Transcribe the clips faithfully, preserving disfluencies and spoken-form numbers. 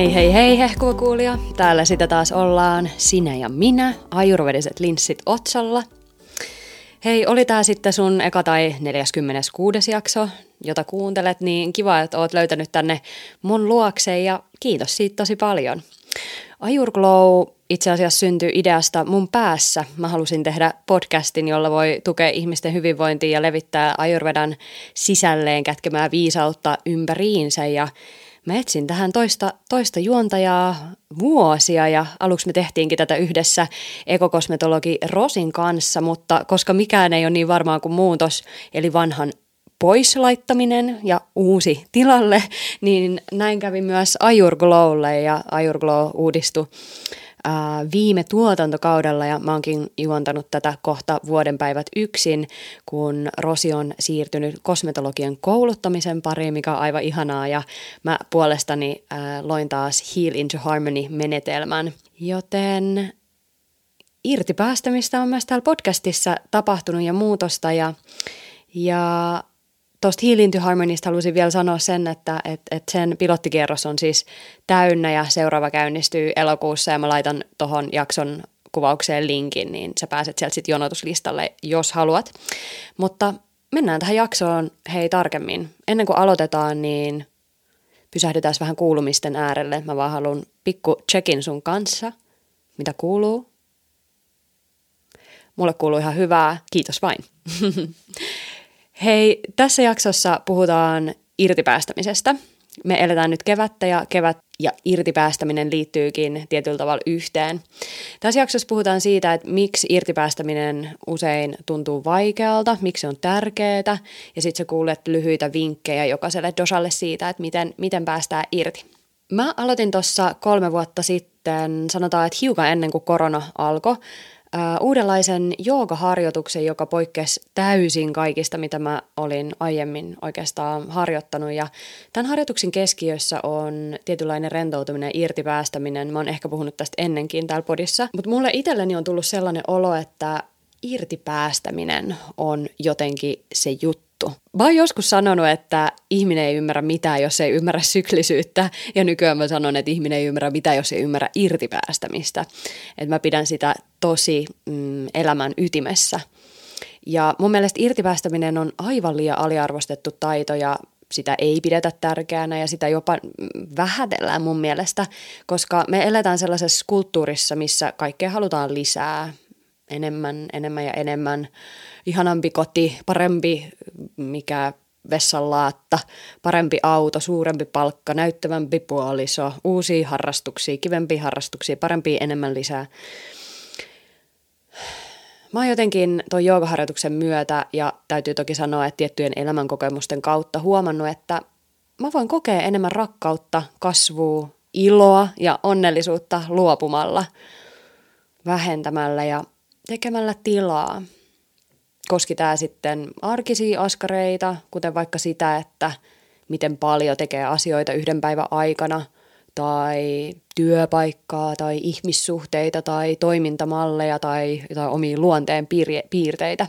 Hei hei hei hehkuva kuulija, täällä sitä taas ollaan, sinä ja minä, ajurvediset linssit otsalla. Hei, oli tää sitten sun eka tai neljäskymmeneskuudes jakso, jota kuuntelet, niin kiva, että oot löytänyt tänne mun luokseen ja kiitos siitä tosi paljon. Ajurglow itse asiassa syntyi ideasta mun päässä. Mä halusin tehdä podcastin, jolla voi tukea ihmisten hyvinvointia ja levittää Ayurvedan sisälleen kätkemää viisautta ympäriinsä. Ja mä etsin tähän toista, toista juontajaa vuosia ja aluksi me tehtiinkin tätä yhdessä ekokosmetologi Rosin kanssa, mutta koska mikään ei ole niin varmaa kuin muutos, eli vanhan pois laittaminen ja uusi tilalle, niin näin kävi myös Ayurglowlle ja Ayurglow uudistui ää, viime tuotantokaudella ja mä oonkin juontanut tätä kohta vuodenpäivät yksin, kun Rosi on siirtynyt kosmetologian kouluttamisen pariin, mikä on aivan ihanaa ja mä puolestani ää, loin taas Heal into Harmony-menetelmän, joten irtipäästämistä on myös täällä podcastissa tapahtunut ja muutosta ja Ja tuosta Heal into Harmonysta halusin vielä sanoa sen, että et, et sen pilottikierros on siis täynnä ja seuraava käynnistyy elokuussa ja mä laitan tuohon jakson kuvaukseen linkin, niin sä pääset sieltä sitten jonotuslistalle, jos haluat. Mutta mennään tähän jaksoon hei tarkemmin. Ennen kuin aloitetaan, niin pysähdytään vähän kuulumisten äärelle. Mä vaan haluan pikku checkin sun kanssa. Mitä kuuluu? Mulle kuuluu ihan hyvää. Kiitos vain. Hei, tässä jaksossa puhutaan irtipäästämisestä. Me eletään nyt kevättä ja kevät ja irtipäästäminen liittyykin tietyllä tavalla yhteen. Tässä jaksossa puhutaan siitä, että miksi irtipäästäminen usein tuntuu vaikealta, miksi se on tärkeää ja sitten sä kuulet lyhyitä vinkkejä jokaiselle dosalle siitä, että miten, miten päästään irti. Mä aloitin tuossa kolme vuotta sitten, sanotaan, että hiukan ennen kuin korona alkoi, Uh, uudenlaisen joogaharjoituksen, joka poikkesi täysin kaikista, mitä mä olin aiemmin oikeastaan harjoittanut. Ja tämän harjoituksen keskiössä on tietynlainen rentoutuminen ja irtipäästäminen. Mä oon ehkä puhunut tästä ennenkin täällä podissa. Mutta mulle itselleni on tullut sellainen olo, että irtipäästäminen on jotenkin se juttu. Mä oon joskus sanonut, että ihminen ei ymmärrä mitään, jos ei ymmärrä syklisyyttä. Ja nykyään mä sanon, että ihminen ei ymmärrä mitään, jos ei ymmärrä irtipäästämistä. Että mä pidän sitä tosi mm, elämän ytimessä. Ja mun mielestä irtipäästäminen on aivan liian aliarvostettu taito ja sitä ei pidetä tärkeänä ja sitä jopa vähätellään mun mielestä, koska me eletään sellaisessa kulttuurissa, missä kaikkea halutaan lisää. Enemmän, enemmän ja enemmän. Ihanampi koti, parempi mikä vessanlaatta, parempi auto, suurempi palkka, näyttävämpi puoliso, uusia harrastuksia, kivempiä harrastuksia, parempia enemmän lisää. Mä oon jotenkin tuon joogaharjoituksen myötä ja täytyy toki sanoa, että tiettyjen elämänkokemusten kautta huomannut, että mä voin kokea enemmän rakkautta, kasvua, iloa ja onnellisuutta luopumalla, vähentämällä ja tekemällä tilaa. Koski tämä sitten arkisia askareita, kuten vaikka sitä, että miten paljon tekee asioita yhden päivän aikana, tai työpaikkaa, tai ihmissuhteita, tai toimintamalleja, tai jotain omia luonteen piirteitä.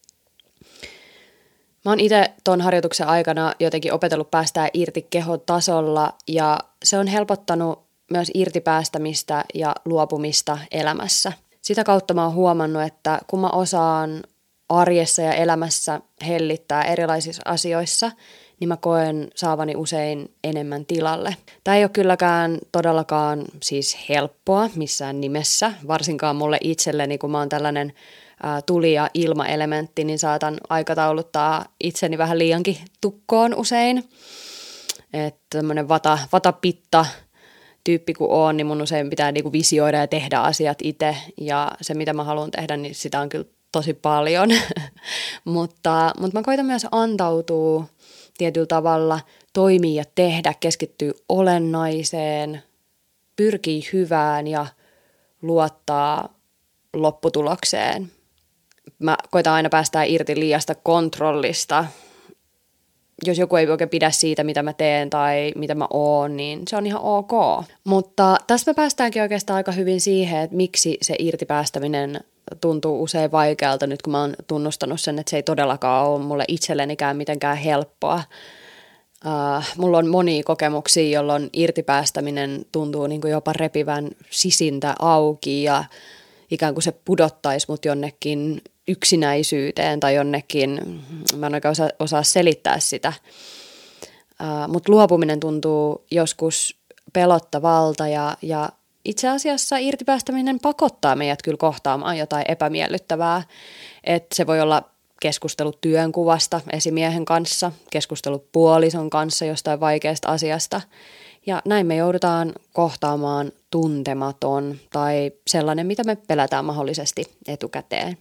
Mä oon itse ton harjoituksen aikana jotenkin opetellut päästää irti kehon tasolla, ja se on helpottanut myös irtipäästämistä ja luopumista elämässä. Sitä kautta mä oon huomannut, että kun mä osaan arjessa ja elämässä hellittää erilaisissa asioissa, niin mä koen saavani usein enemmän tilalle. Tämä ei ole kylläkään todellakaan siis helppoa missään nimessä, varsinkaan mulle itselleni, kun mä oon tällainen ää, tuli- ja ilmaelementti, niin saatan aikatauluttaa itseni vähän liiankin tukkoon usein. Että tämmönen vata, vatapitta tyyppi kun oon, niin mun usein pitää niinku visioida ja tehdä asiat itse, ja se mitä mä haluan tehdä, niin sitä on kyllä tosi paljon, mutta, mutta mä koitan myös antautua tietyllä tavalla, toimia ja tehdä, keskittyä olennaiseen, pyrkii hyvään ja luottaa lopputulokseen. Mä koitan aina päästää irti liiasta kontrollista. Jos joku ei oikein pidä siitä, mitä mä teen tai mitä mä oon, niin se on ihan ok. Mutta tästä me päästäänkin oikeastaan aika hyvin siihen, että miksi se irtipäästäminen tuntuu usein vaikealta nyt, kun mä oon tunnustanut sen, että se ei todellakaan ole mulle itsellenikään mitenkään helppoa. Uh, mulla on monia kokemuksia, jolloin irtipäästäminen tuntuu niin kuin jopa repivän sisintä auki ja ikään kuin se pudottaisi mut jonnekin yksinäisyyteen tai jonnekin, mä en oikein osaa, osaa selittää sitä. Uh, mutta luopuminen tuntuu joskus pelottavalta ja, ja itse asiassa irtipäästäminen pakottaa meidät kyllä kohtaamaan jotain epämiellyttävää. Että se voi olla keskustelu työnkuvasta esimiehen kanssa, keskustelu puolison kanssa jostain vaikeasta asiasta. Ja näin me joudutaan kohtaamaan tuntematon tai sellainen, mitä me pelätään mahdollisesti etukäteen.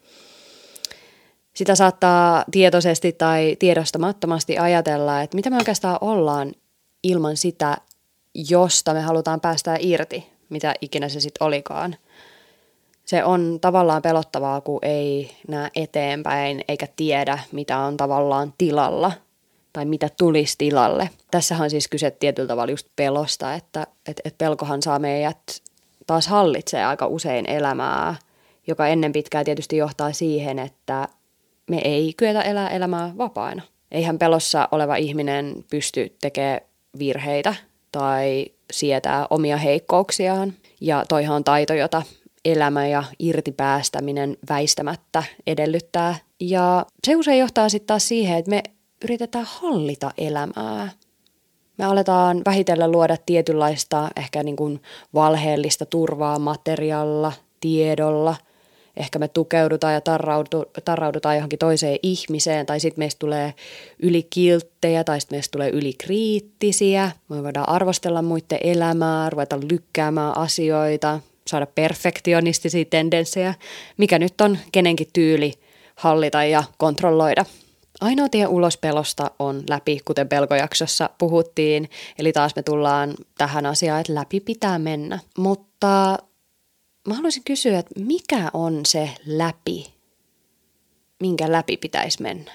Sitä saattaa tietoisesti tai tiedostamattomasti ajatella, että mitä me oikeastaan ollaan ilman sitä, josta me halutaan päästää irti, mitä ikinä se sitten olikaan. Se on tavallaan pelottavaa, kun ei näe eteenpäin eikä tiedä, mitä on tavallaan tilalla tai mitä tulisi tilalle. Tässähän on siis kyse tietyllä tavalla just pelosta, että et, et pelkohan saa meidät taas hallitsee aika usein elämää, joka ennen pitkää tietysti johtaa siihen, että me ei kyetä elää elämää vapaana. Eihän pelossa oleva ihminen pysty tekemään virheitä tai sietää omia heikkouksiaan. Ja toihan on taito, jota elämä ja irtipäästäminen väistämättä edellyttää. Ja se usein johtaa sitten taas siihen, että me yritetään hallita elämää. Me aletaan vähitellen luoda tietynlaista ehkä niin kuin valheellista turvaa materiaalilla, tiedolla. Ehkä me tukeudutaan ja tarraudu, tarraudutaan johonkin toiseen ihmiseen, tai sitten meistä tulee ylikilttejä, tai sitten meistä tulee ylikriittisiä. Me voidaan arvostella muiden elämää, ruveta lykkäämään asioita, saada perfektionistisia tendenssejä, mikä nyt on kenenkin tyyli hallita ja kontrolloida. Ainoa tie ulos pelosta on läpi, kuten pelkojaksossa puhuttiin, eli taas me tullaan tähän asiaan, että läpi pitää mennä. Mutta mä haluaisin kysyä, että mikä on se läpi, minkä läpi pitäisi mennä?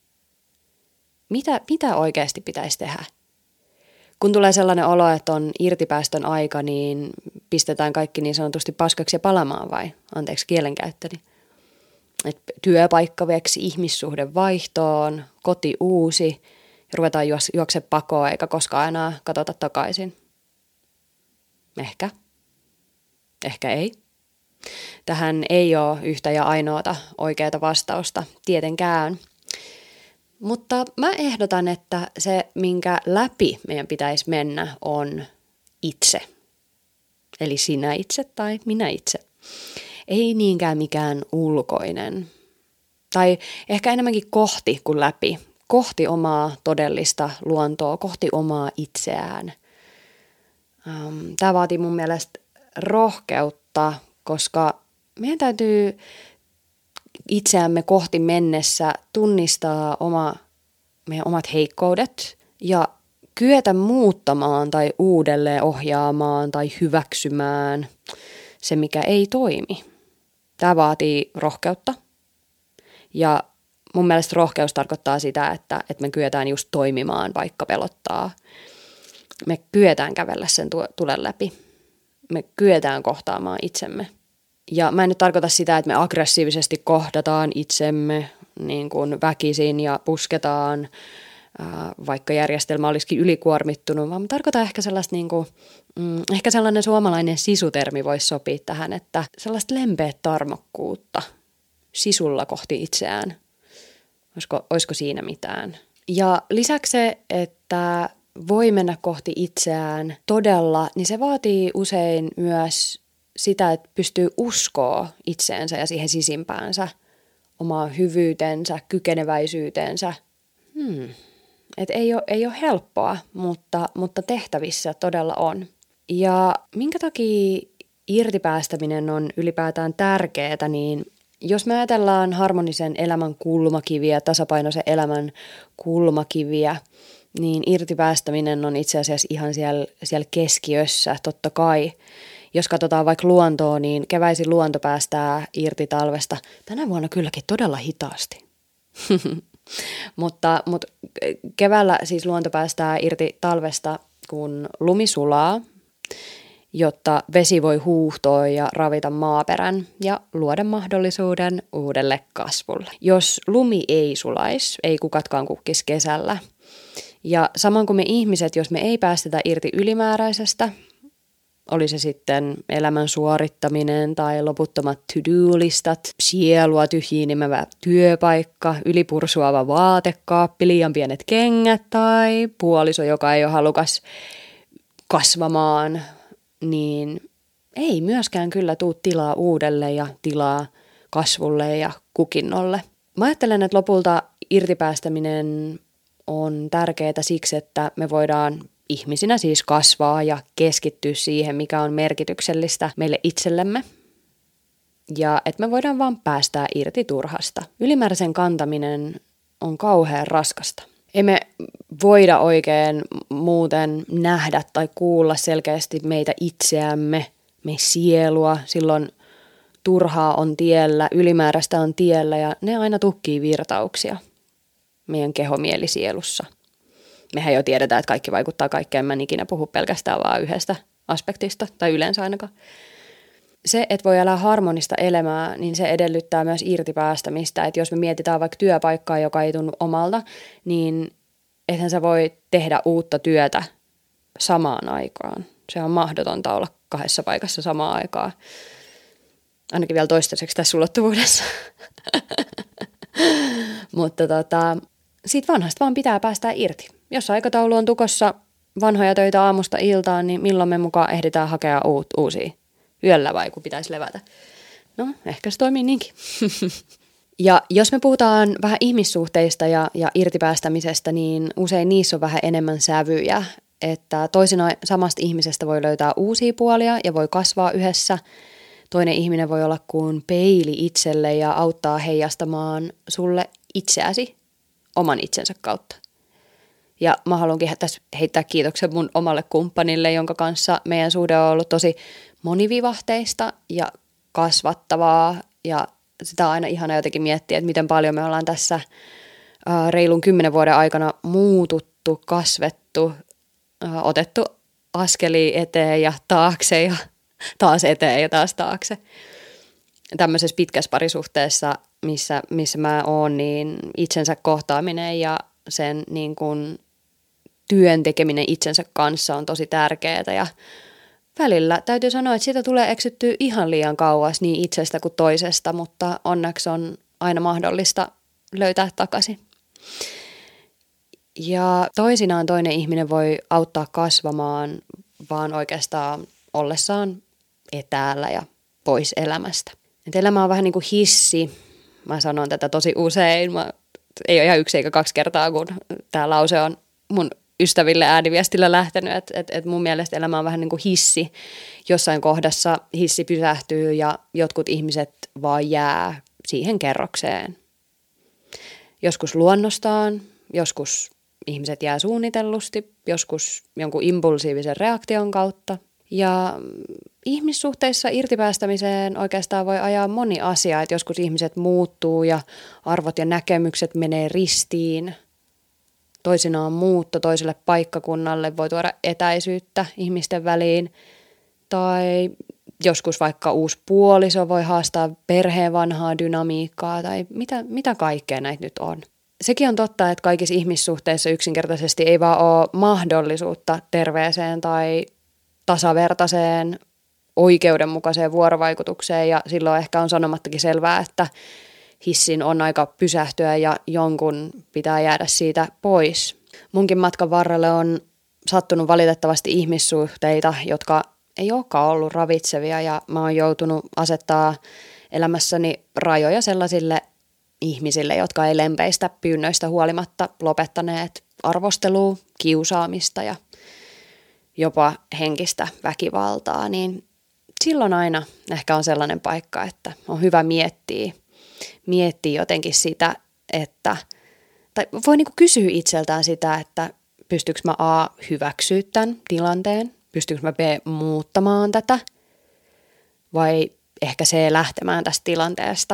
Mitä, mitä oikeasti pitäisi tehdä? Kun tulee sellainen olo, että on irtipäästön aika, niin pistetään kaikki niin sanotusti paskaksi ja palamaan vai? Anteeksi kielenkäyttöni. Et työpaikka veksi ihmissuhde vaihtoon, koti uusi ja ruvetaan juokse pakoon eikä koskaan enää katsota takaisin. Ehkä. Ehkä ei. Tähän ei ole yhtä ja ainoata oikeaa vastausta tietenkään. Mutta mä ehdotan, että se, minkä läpi meidän pitäisi mennä, on itse. Eli sinä itse tai minä itse. Ei niinkään mikään ulkoinen. Tai ehkä enemmänkin kohti kuin läpi. Kohti omaa todellista luontoa, kohti omaa itseään. Tämä vaatii mun mielestä rohkeutta, koska meidän täytyy itseämme kohti mennessä tunnistaa oma, meidän omat heikkoudet ja kyetä muuttamaan tai uudelleen ohjaamaan tai hyväksymään se, mikä ei toimi. Tämä vaatii rohkeutta ja mun mielestä rohkeus tarkoittaa sitä, että, että me kyetään just toimimaan, vaikka pelottaa. Me kyetään kävellä sen tulen läpi. Me kyetään kohtaamaan itsemme. Ja mä en nyt tarkoita sitä, että me aggressiivisesti kohdataan itsemme niin kuin väkisin ja pusketaan, ää, vaikka järjestelmä olisikin ylikuormittunut, vaan mä tarkoitan ehkä sellaista, niin kuin, mm, ehkä sellainen suomalainen sisutermi voisi sopia tähän, että sellaista lempeät tarmokkuutta sisulla kohti itseään. Olisiko, olisiko siinä mitään? Ja lisäksi se, että voi mennä kohti itseään todella, niin se vaatii usein myös sitä, että pystyy uskoa itseensä ja siihen sisimpäänsä, omaa hyvyytensä, kykeneväisyytensä. Hmm. Et ei ole, ei ole helppoa, mutta, mutta tehtävissä todella on. Ja minkä takia irtipäästäminen on ylipäätään tärkeää, niin jos me ajatellaan harmonisen elämän kulmakiviä, tasapainoisen elämän kulmakiviä, niin irtipäästäminen on itse asiassa ihan siellä, siellä keskiössä, totta kai. Jos katsotaan vaikka luontoa, niin keväisin luonto päästää irti talvesta. Tänä vuonna kylläkin todella hitaasti. mutta, mutta keväällä siis luonto päästää irti talvesta, kun lumi sulaa, jotta vesi voi huuhtoa ja ravita maaperän ja luoda mahdollisuuden uudelle kasvulle. Jos lumi ei sulaisi, ei kukatkaan kukkisi kesällä, Ja samoin kuin me ihmiset, jos me ei päästetä irti ylimääräisestä, oli se sitten elämän suorittaminen tai loputtomat to-do-listat, sielua tyhjiinimevä työpaikka, ylipursuava vaatekaappi, liian pienet kengät tai puoliso, joka ei ole halukas kasvamaan, niin ei myöskään kyllä tuu tilaa uudelle ja tilaa kasvulle ja kukinnolle. Mä ajattelen, että lopulta irtipäästäminen on tärkeää siksi, että me voidaan ihmisinä siis kasvaa ja keskittyä siihen, mikä on merkityksellistä meille itsellemme. Ja että me voidaan vaan päästää irti turhasta. Ylimääräisen kantaminen on kauhean raskasta. Emme voida oikein muuten nähdä tai kuulla selkeästi meitä itseämme, me sielua. Silloin turhaa on tiellä, ylimääräistä on tiellä ja ne aina tukkii virtauksia meidän kehomielisielussa. Mehän jo tiedetään, että kaikki vaikuttaa kaikkeen. Mä en ikinä puhu pelkästään vaan yhdestä aspektista, tai yleensä ainakaan. Se, että voi elää harmonista elämää, niin se edellyttää myös irtipäästämistä. Että jos me mietitään vaikka työpaikkaa, joka ei tunnu omalta, niin ethän sä voi tehdä uutta työtä samaan aikaan. Se on mahdotonta olla kahdessa paikassa samaan aikaan. Ainakin vielä toistaiseksi tässä ulottuvuudessa. Mutta tota, siitä vanhasta vaan pitää päästää irti. Jos aikataulu on tukossa vanhoja töitä aamusta iltaan, niin milloin me mukaan ehditään hakea uut, uusia? Yöllä vai kun pitäisi levätä? No, ehkä se toimii niinkin. Ja jos me puhutaan vähän ihmissuhteista ja, ja irtipäästämisestä, niin usein niissä on vähän enemmän sävyjä. Että toisinaan samasta ihmisestä voi löytää uusia puolia ja voi kasvaa yhdessä. Toinen ihminen voi olla kuin peili itselle ja auttaa heijastamaan sulle itseäsi oman itsensä kautta. Ja mä haluankin tässä heittää kiitoksen mun omalle kumppanille, jonka kanssa meidän suhde on ollut tosi monivivahteista ja kasvattavaa. Ja sitä on aina ihana jotenkin miettiä, että miten paljon me ollaan tässä äh, reilun kymmenen vuoden aikana muututtu, kasvettu, äh, otettu askelia eteen ja taakse ja taas eteen ja taas taakse. Tämmöisessä pitkässä parisuhteessa, missä, missä mä oon, niin itsensä kohtaaminen ja sen niin kuin työn tekeminen itsensä kanssa on tosi tärkeää. Ja välillä täytyy sanoa, että siitä tulee eksyttyä ihan liian kauas niin itsestä kuin toisesta, mutta onneksi on aina mahdollista löytää takaisin. Ja toisinaan toinen ihminen voi auttaa kasvamaan vaan oikeastaan ollessaan etäällä ja pois elämästä. Et elämä on vähän niin kuin hissi. Mä sanon tätä tosi usein. Mä, ei ole ihan yksi eikä kaksi kertaa, kun tämä lause on mun ystäville ääniviestillä lähtenyt. Että et, et mun mielestä elämä on vähän niin kuin hissi. Jossain kohdassa hissi pysähtyy ja jotkut ihmiset vaan jää siihen kerrokseen. Joskus luonnostaan, joskus ihmiset jää suunnitellusti, joskus jonkun impulsiivisen reaktion kautta. Ja ihmissuhteissa irtipäästämiseen oikeastaan voi ajaa moni asia, että joskus ihmiset muuttuu ja arvot ja näkemykset menee ristiin. Toisinaan muutto toiselle paikkakunnalle voi tuoda etäisyyttä ihmisten väliin. Tai joskus vaikka uusi puoliso voi haastaa perheen vanhaa dynamiikkaa tai mitä, mitä kaikkea näitä nyt on. Sekin on totta, että kaikissa ihmissuhteissa yksinkertaisesti ei vaan ole mahdollisuutta terveeseen tai tasavertaiseen, oikeudenmukaiseen vuorovaikutukseen ja silloin ehkä on sanomattakin selvää, että hissin on aika pysähtyä ja jonkun pitää jäädä siitä pois. Munkin matkan varrelle on sattunut valitettavasti ihmissuhteita, jotka ei olekaan ollut ravitsevia ja mä oon joutunut asettaa elämässäni rajoja sellaisille ihmisille, jotka ei lempeistä pyynnöistä huolimatta lopettaneet arvostelua, kiusaamista ja jopa henkistä väkivaltaa, niin silloin aina ehkä on sellainen paikka, että on hyvä miettiä, miettiä jotenkin sitä, että, tai voi niinku kysyä itseltään sitä, että pystyykö mä A hyväksyä tämän tilanteen, pystyykö mä B muuttamaan tätä, vai ehkä C lähtemään tästä tilanteesta.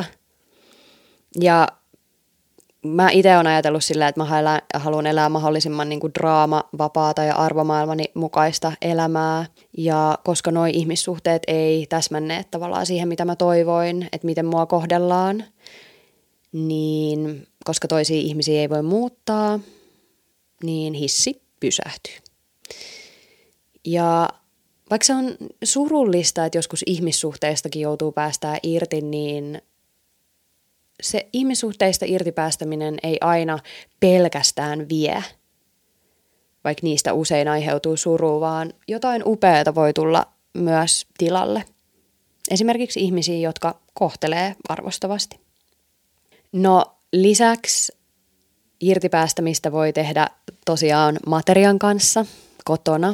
Ja mä itse olen ajatellut sillä, että mä haluan elää mahdollisimman niin kuin draama-vapaata ja arvomaailmani mukaista elämää. Ja koska noi ihmissuhteet ei täsmänneet tavallaan siihen, mitä mä toivoin, että miten mua kohdellaan, niin koska toisia ihmisiä ei voi muuttaa, niin hissi pysähtyy. Ja vaikka se on surullista, että joskus ihmissuhteistakin joutuu päästää irti, niin se ihmissuhteista irtipäästäminen ei aina pelkästään vie, vaikka niistä usein aiheutuu surua, vaan jotain upeata voi tulla myös tilalle. Esimerkiksi ihmisiä, jotka kohtelee arvostavasti. No lisäksi irtipäästämistä voi tehdä tosiaan materian kanssa kotona.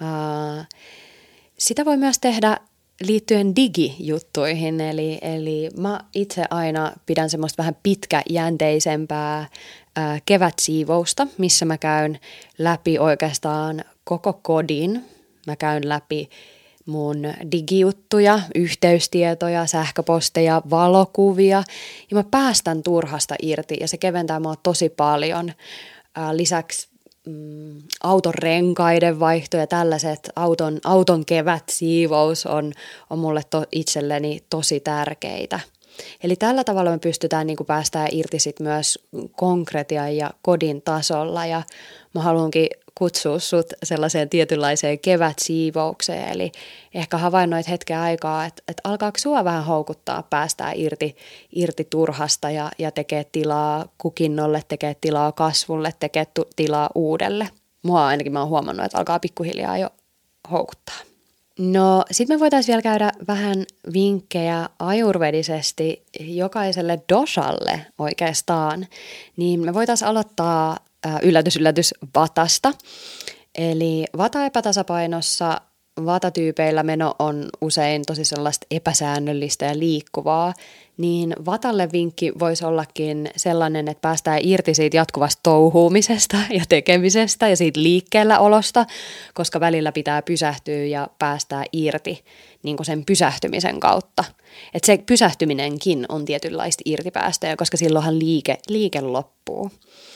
Sitä voi myös tehdä liittyen digijuttuihin, eli, eli mä itse aina pidän semmoista vähän pitkäjänteisempää ää, kevätsiivousta, missä mä käyn läpi oikeastaan koko kodin. Mä käyn läpi mun digijuttuja, yhteystietoja, sähköposteja, valokuvia ja mä päästän turhasta irti ja se keventää mua tosi paljon. Ää, lisäksi mm, auton renkaiden vaihto ja tällaiset auton, auton kevätsiivous on, on mulle to, itselleni tosi tärkeitä. Eli tällä tavalla me pystytään niin kuin päästään irti sit myös konkretian ja kodin tasolla ja mä haluankin kutsua sut sellaiseen tietynlaiseen kevätsiivoukseen, eli ehkä havainnoit hetken aikaa, että, että alkaako sua vähän houkuttaa päästää irti, irti turhasta ja, ja tekee tilaa kukinnolle, tekee tilaa kasvulle, tekee tu, tilaa uudelle. Mua ainakin mä oon huomannut, että alkaa pikkuhiljaa jo houkuttaa. No sitten me voitaisiin vielä käydä vähän vinkkejä ajurvedisesti jokaiselle doshalle oikeastaan, niin me voitaisiin aloittaa yllätys, yllätys vatasta. Eli vata-epätasapainossa vatatyypeillä meno on usein tosi sellaista epäsäännöllistä ja liikkuvaa, niin vatalle vinkki voisi ollakin sellainen, että päästään irti siitä jatkuvasta touhuumisesta ja tekemisestä ja siitä liikkeellä olosta, koska välillä pitää pysähtyä ja päästää irti niin kuin sen pysähtymisen kautta. Että se pysähtyminenkin on tietynlaista irtipäästöä, koska silloinhan liike, liike loppuu.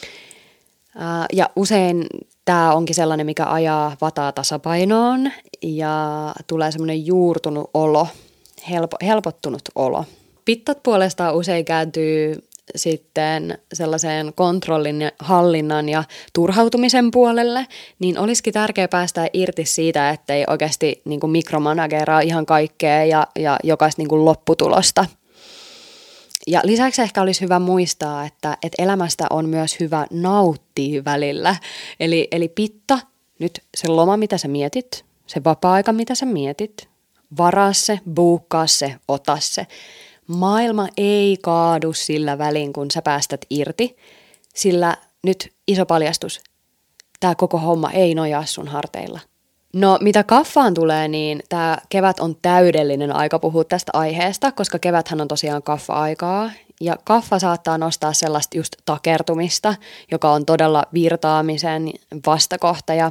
Ja usein tämä onkin sellainen, mikä ajaa vataa tasapainoon ja tulee semmoinen juurtunut olo, helpo, helpottunut olo. Pittat puolestaan usein kääntyy sitten sellaiseen kontrollin ja hallinnan ja turhautumisen puolelle, niin olisikin tärkeää päästä irti siitä, ettei oikeasti niin kuin mikromanageraa ihan kaikkea ja, ja jokaista niin kuin lopputulosta. Ja lisäksi ehkä olisi hyvä muistaa, että, että elämästä on myös hyvä nauttia välillä. Eli, eli pitta, nyt se loma, mitä sä mietit, se vapaa-aika, mitä sä mietit, varaa se, buukkaa se, ota se. Maailma ei kaadu sillä välin, kun sä päästät irti, sillä nyt iso paljastus, tämä koko homma ei nojaa sun harteilla. No mitä kaffaan tulee, niin tämä kevät on täydellinen aika puhua tästä aiheesta, koska keväthän on tosiaan kaffa-aikaa. Ja kaffa saattaa nostaa sellaista just takertumista, joka on todella virtaamisen vastakohta. Ja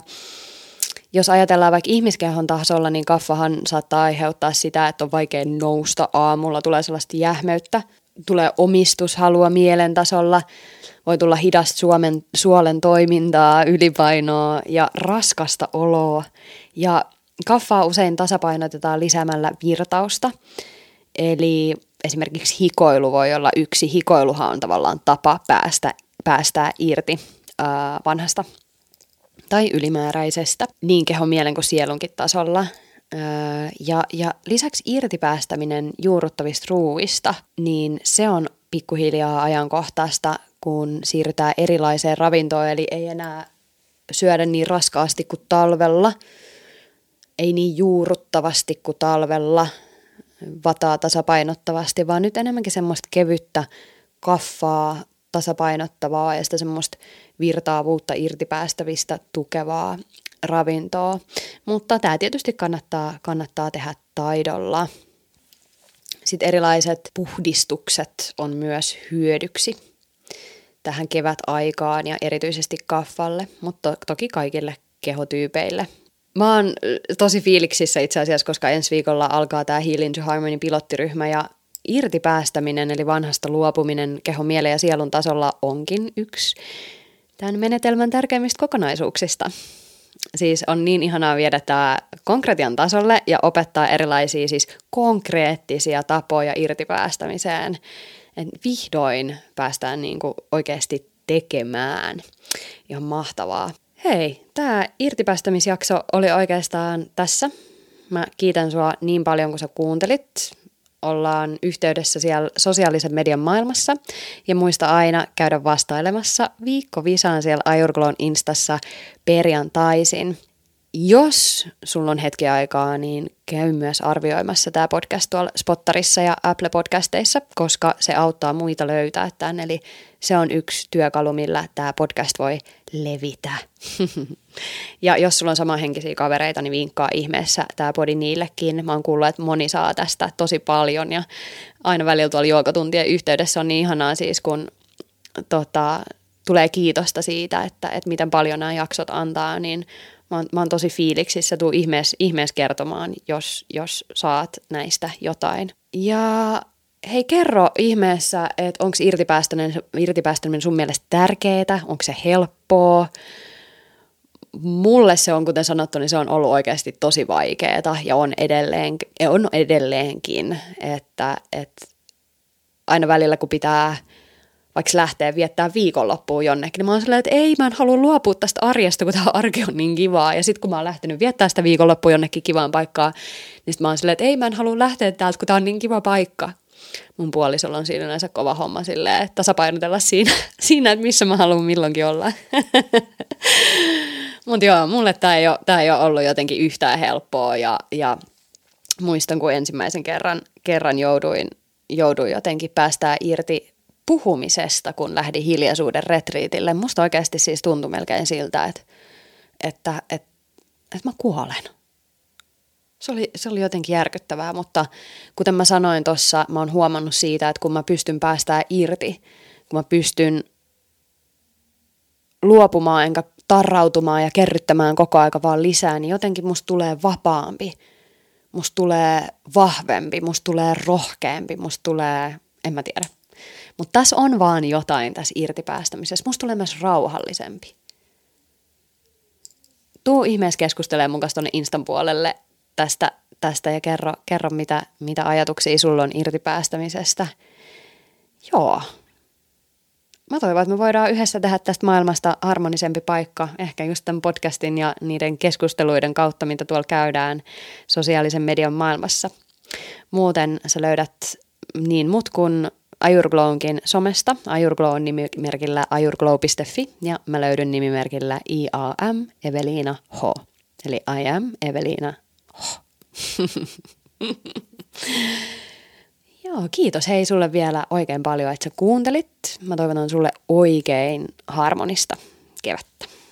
jos ajatellaan vaikka ihmiskehon tasolla, niin kaffahan saattaa aiheuttaa sitä, että on vaikea nousta aamulla, tulee sellaista jähmeyttä, tulee omistushalua mielen tasolla, voi tulla hidasta suomen, suolen toimintaa, ylipainoa ja raskasta oloa. Ja kaffaa usein tasapainotetaan lisäämällä virtausta, eli esimerkiksi hikoilu voi olla yksi. Hikoiluhan on tavallaan tapa päästä, päästää irti ää, vanhasta tai ylimääräisestä, niin kehon, mielen kuin sielunkin tasolla. Ja, ja lisäksi irtipäästäminen juuruttavista ruuista, niin se on pikkuhiljaa ajankohtaista, kun siirrytään erilaiseen ravintoon, eli ei enää syödä niin raskaasti kuin talvella, ei niin juuruttavasti kuin talvella, vataa tasapainottavasti, vaan nyt enemmänkin semmoista kevyttä kaffaa tasapainottavaa ja sitä semmoista virtaavuutta irtipäästävistä tukevaa ravintoa, mutta tämä tietysti kannattaa, kannattaa tehdä taidolla. Sitten erilaiset puhdistukset on myös hyödyksi tähän kevätaikaan ja erityisesti kaffalle, mutta to- toki kaikille kehotyypeille. Mä oon tosi fiiliksissä itse asiassa, koska ensi viikolla alkaa tämä Healing to Harmony -pilottiryhmä ja irtipäästäminen eli vanhasta luopuminen kehon, mielen ja sielun tasolla onkin yksi tämän menetelmän tärkeimmistä kokonaisuuksista. Siis on niin ihanaa viedä tämä konkretian tasolle ja opettaa erilaisia siis konkreettisia tapoja irtipäästämiseen. Et vihdoin päästään niinku oikeasti tekemään. Ihan mahtavaa. Hei, tämä irtipäästämisjakso oli oikeastaan tässä. Mä kiitän sua niin paljon, kun sä kuuntelit. Ollaan yhteydessä siellä sosiaalisen median maailmassa ja muista aina käydä vastailemassa viikko visaan siellä Ajurglown instassa perjantaisin. Jos sulla on hetki aikaa, niin käy myös arvioimassa tämä podcast tuolla Spottarissa ja Apple Podcasteissa, koska se auttaa muita löytää tämän. Eli se on yksi työkalu, millä tämä podcast voi levitä. Ja jos sulla on samanhenkisiä kavereita, niin vinkkaa ihmeessä tämä podi niillekin. Mä oon kuullut, että moni saa tästä tosi paljon ja aina välillä tuolla juokatuntien yhteydessä on niin ihanaa siis, kun tota, tulee kiitosta siitä, että, että miten paljon nämä jaksot antaa, niin Mä oon, mä oon tosi fiiliksissä, tuu ihmeessä, ihmeessä kertomaan, jos, jos saat näistä jotain. Ja hei, kerro ihmeessä, että onko irtipäästäminen, irtipäästäminen sun mielestä tärkeää, onko se helppoa. Mulle se on, kuten sanottu, niin se on ollut oikeasti tosi vaikeaa ja on, edelleen, on edelleenkin, että, että aina välillä kun pitää vaikka lähtee viettää viikonloppuun jonnekin, niin mä oon silleen, että ei, mä en halua luopua tästä arjesta, kun tämä arki on niin kivaa. Ja sitten kun mä oon lähtenyt viettää sitä viikonloppua jonnekin kivaan paikkaan, niin sit mä oon silleen, että ei, mä en halua lähteä täältä, kun tää on niin kiva paikka. Mun puolisolla on siinä yleensä kova homma silleen, että tasapainotella siinä, siinä että missä mä haluan milloinkin olla. Mutta joo, mulle tää ei, ole, tää ei ole ollut jotenkin yhtään helppoa ja, ja muistan, kun ensimmäisen kerran, kerran jouduin, jouduin jotenkin päästää irti puhumisesta, kun lähdin hiljaisuuden retriitille. Musta oikeasti siis tuntui melkein siltä, että, että, että, että mä kuolen. Se oli, se oli jotenkin järkyttävää, mutta kuten mä sanoin tuossa, mä oon huomannut siitä, että kun mä pystyn päästään irti, kun mä pystyn luopumaan enkä tarrautumaan ja kerryttämään koko aika vaan lisää, niin jotenkin musta tulee vapaampi, musta tulee vahvempi, musta tulee rohkeampi, musta tulee, en mä tiedä. Mutta tässä on vaan jotain tässä irtipäästämisessä. Musta tulee myös rauhallisempi. Tuu ihmeessä keskustelemaan mun kanssa tuonne Instan puolelle tästä, tästä ja kerro, kerro mitä, mitä ajatuksia sulla on irtipäästämisestä. Joo. Mä toivon, että me voidaan yhdessä tehdä tästä maailmasta harmonisempi paikka. Ehkä just tämän podcastin ja niiden keskusteluiden kautta, mitä tuolla käydään sosiaalisen median maailmassa. Muuten sä löydät niin mut kuin Ajurglownkin somesta. Ajurglow on nimimerkillä ajurglow piste fi ja mä löydyn nimimerkillä I A M Eveliina H. Eli I am Eveliina H. Joo, kiitos hei sulle vielä oikein paljon, että sä kuuntelit. Mä toivotan sulle oikein harmonista kevättä.